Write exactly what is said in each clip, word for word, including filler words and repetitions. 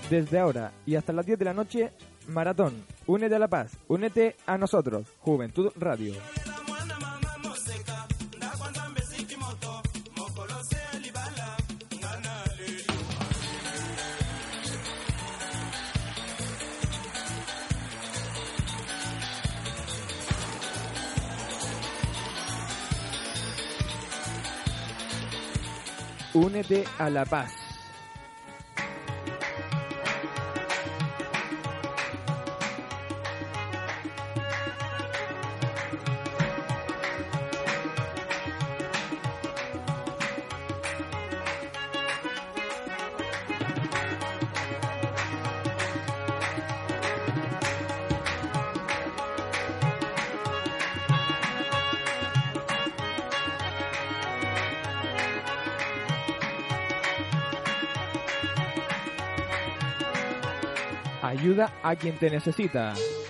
Desde ahora y hasta las diez de la noche, Maratón. Únete a la paz, únete a nosotros. Juventud Radio. Únete a la paz. Ayuda a quien te necesita.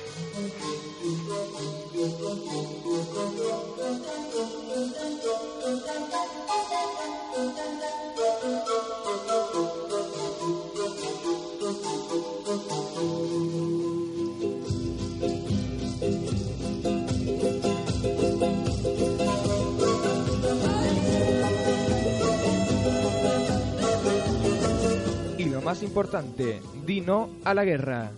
Y lo más importante, di no a la guerra.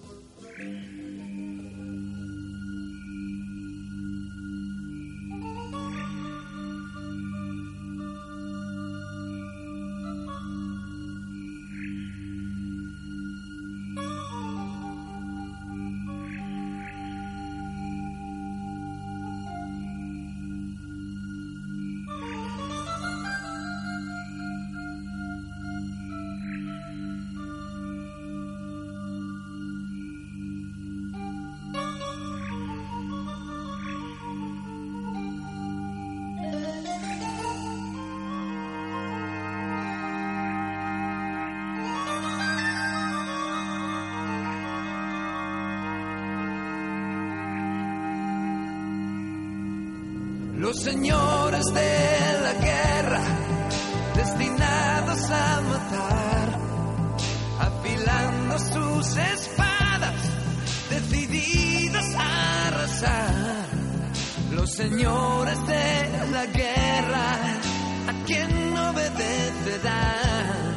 Los señores de la guerra, destinados a matar, afilando sus espadas, decididos a arrasar. Los señores de la guerra, ¿a quién obedecerán?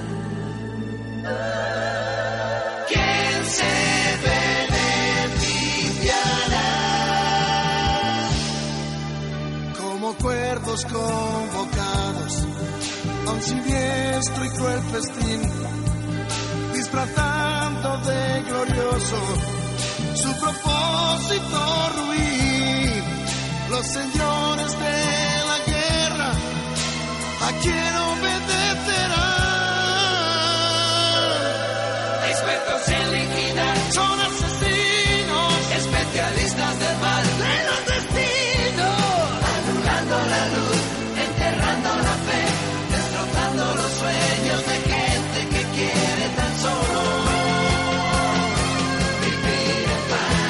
¿Quién se cuerdos convocados a un siniestro y cruel festín, disfrazando de glorioso su propósito ruin. Los señores de la guerra, ¿a quién obedecerán? Expertos en liquidar, son asesinos, especialistas del mal, de los destinos, la luz, enterrando la fe, destrozando los sueños de gente que quiere tan solo vivir en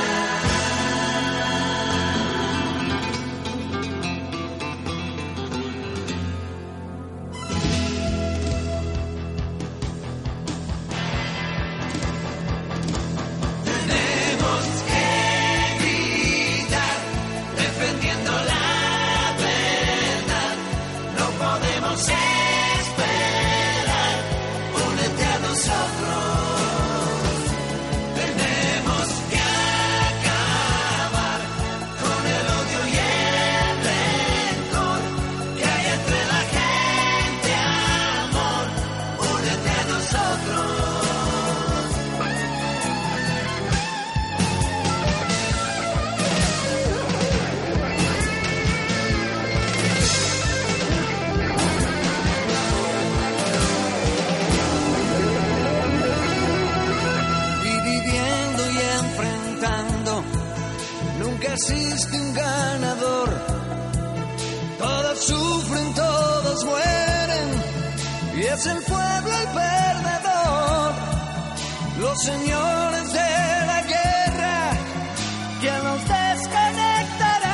Tenemos que gritar, defendiendo la esperar, únete a nosotros. Tenemos que acabar con el odio y el rencor que hay entre la gente. Amor, únete a nosotros. Existe un ganador, todos sufren, todos mueren, y es el pueblo el perdedor. Los señores de la guerra, quien los desconectará.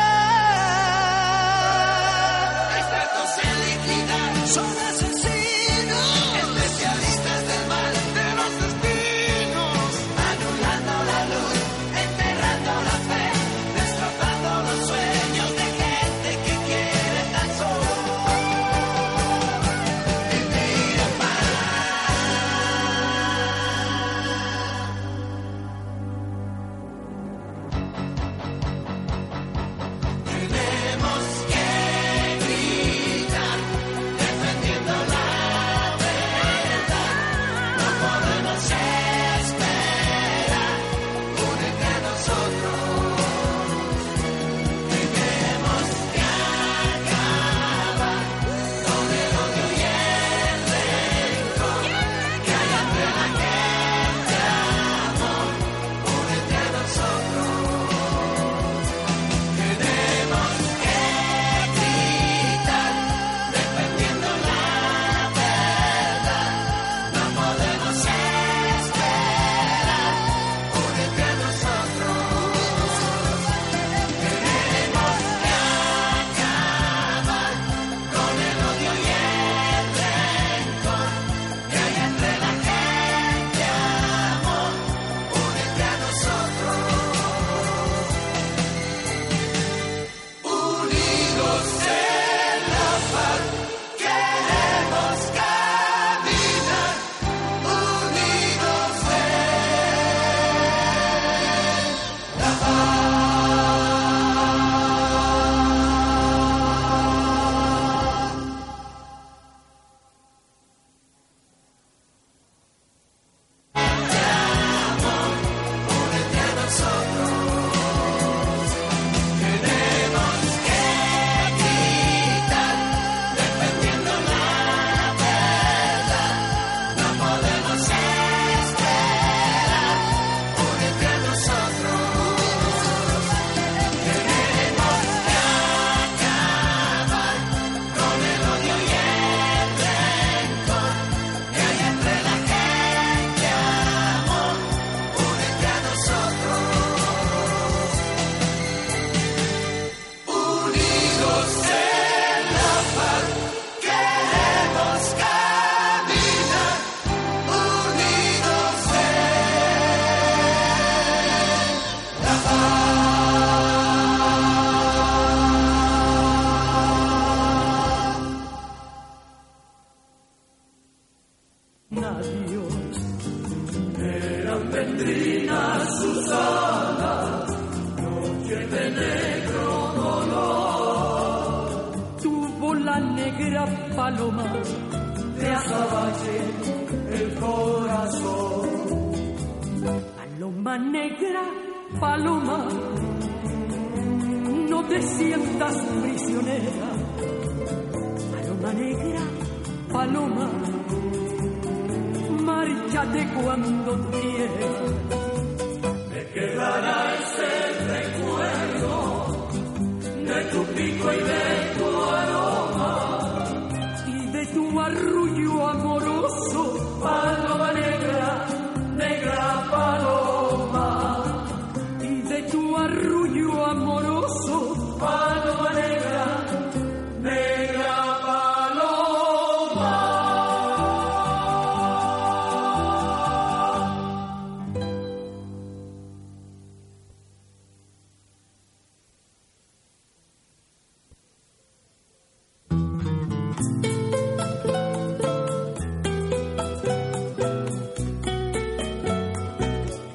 Expertos en liquidar, son asesinos, especialistas del mal, de los destinos. paloma de azabache el corazón. Paloma negra, paloma, no te sientas prisionera. Paloma negra, paloma, márchate cuando quieras. Me quedará ese recuerdo de tu pico y de tu aroma y de tu arrullo amoroso. Paloma negra, negra paloma, y de tu arrullo amoroso. Paloma